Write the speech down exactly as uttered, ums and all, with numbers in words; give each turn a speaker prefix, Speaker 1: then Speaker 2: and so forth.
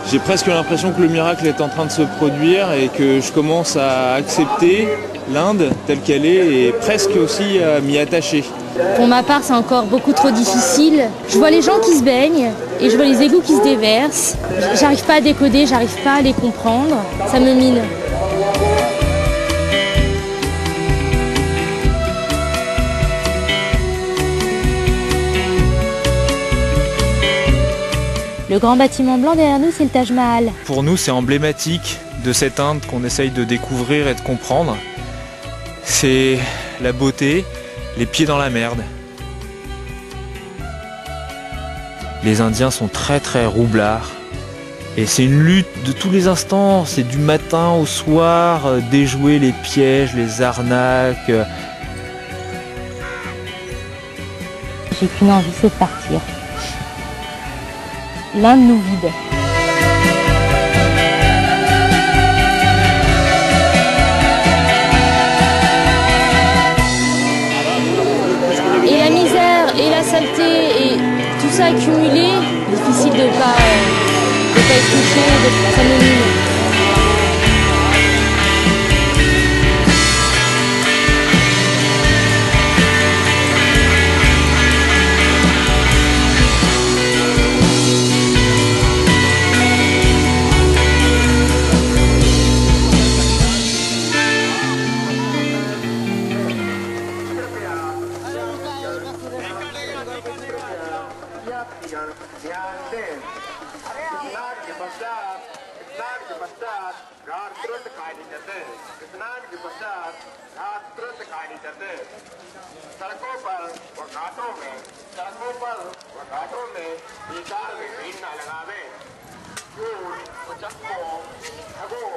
Speaker 1: J'ai presque l'impression que le miracle est en train de se produire et que je commence à accepter l'Inde telle qu'elle est et presque aussi à m'y attacher.
Speaker 2: Pour ma part, c'est encore beaucoup trop difficile. Je vois les gens qui se baignent et je vois les égouts qui se déversent. J'arrive pas à décoder, j'arrive pas à les comprendre. Ça me mine. Le grand bâtiment blanc derrière nous, c'est le Taj Mahal.
Speaker 1: Pour nous, c'est emblématique de cette Inde qu'on essaye de découvrir et de comprendre. C'est la beauté, les pieds dans la merde. Les Indiens sont très très roublards. Et c'est une lutte de tous les instants. C'est du matin au soir, euh, déjouer les pièges, les arnaques.
Speaker 2: J'ai qu'une envie, c'est de partir. L'Inde nous vide. Et la misère et la saleté et tout ça accumulé, difficile de ne pas, euh, de pas être touché, de, ça me mine.
Speaker 3: सड़कों पर व घाटों में सड़कों पर व घाटों में बेकार में भीड़ न लगावे। चोर, उचक्कों, ठगों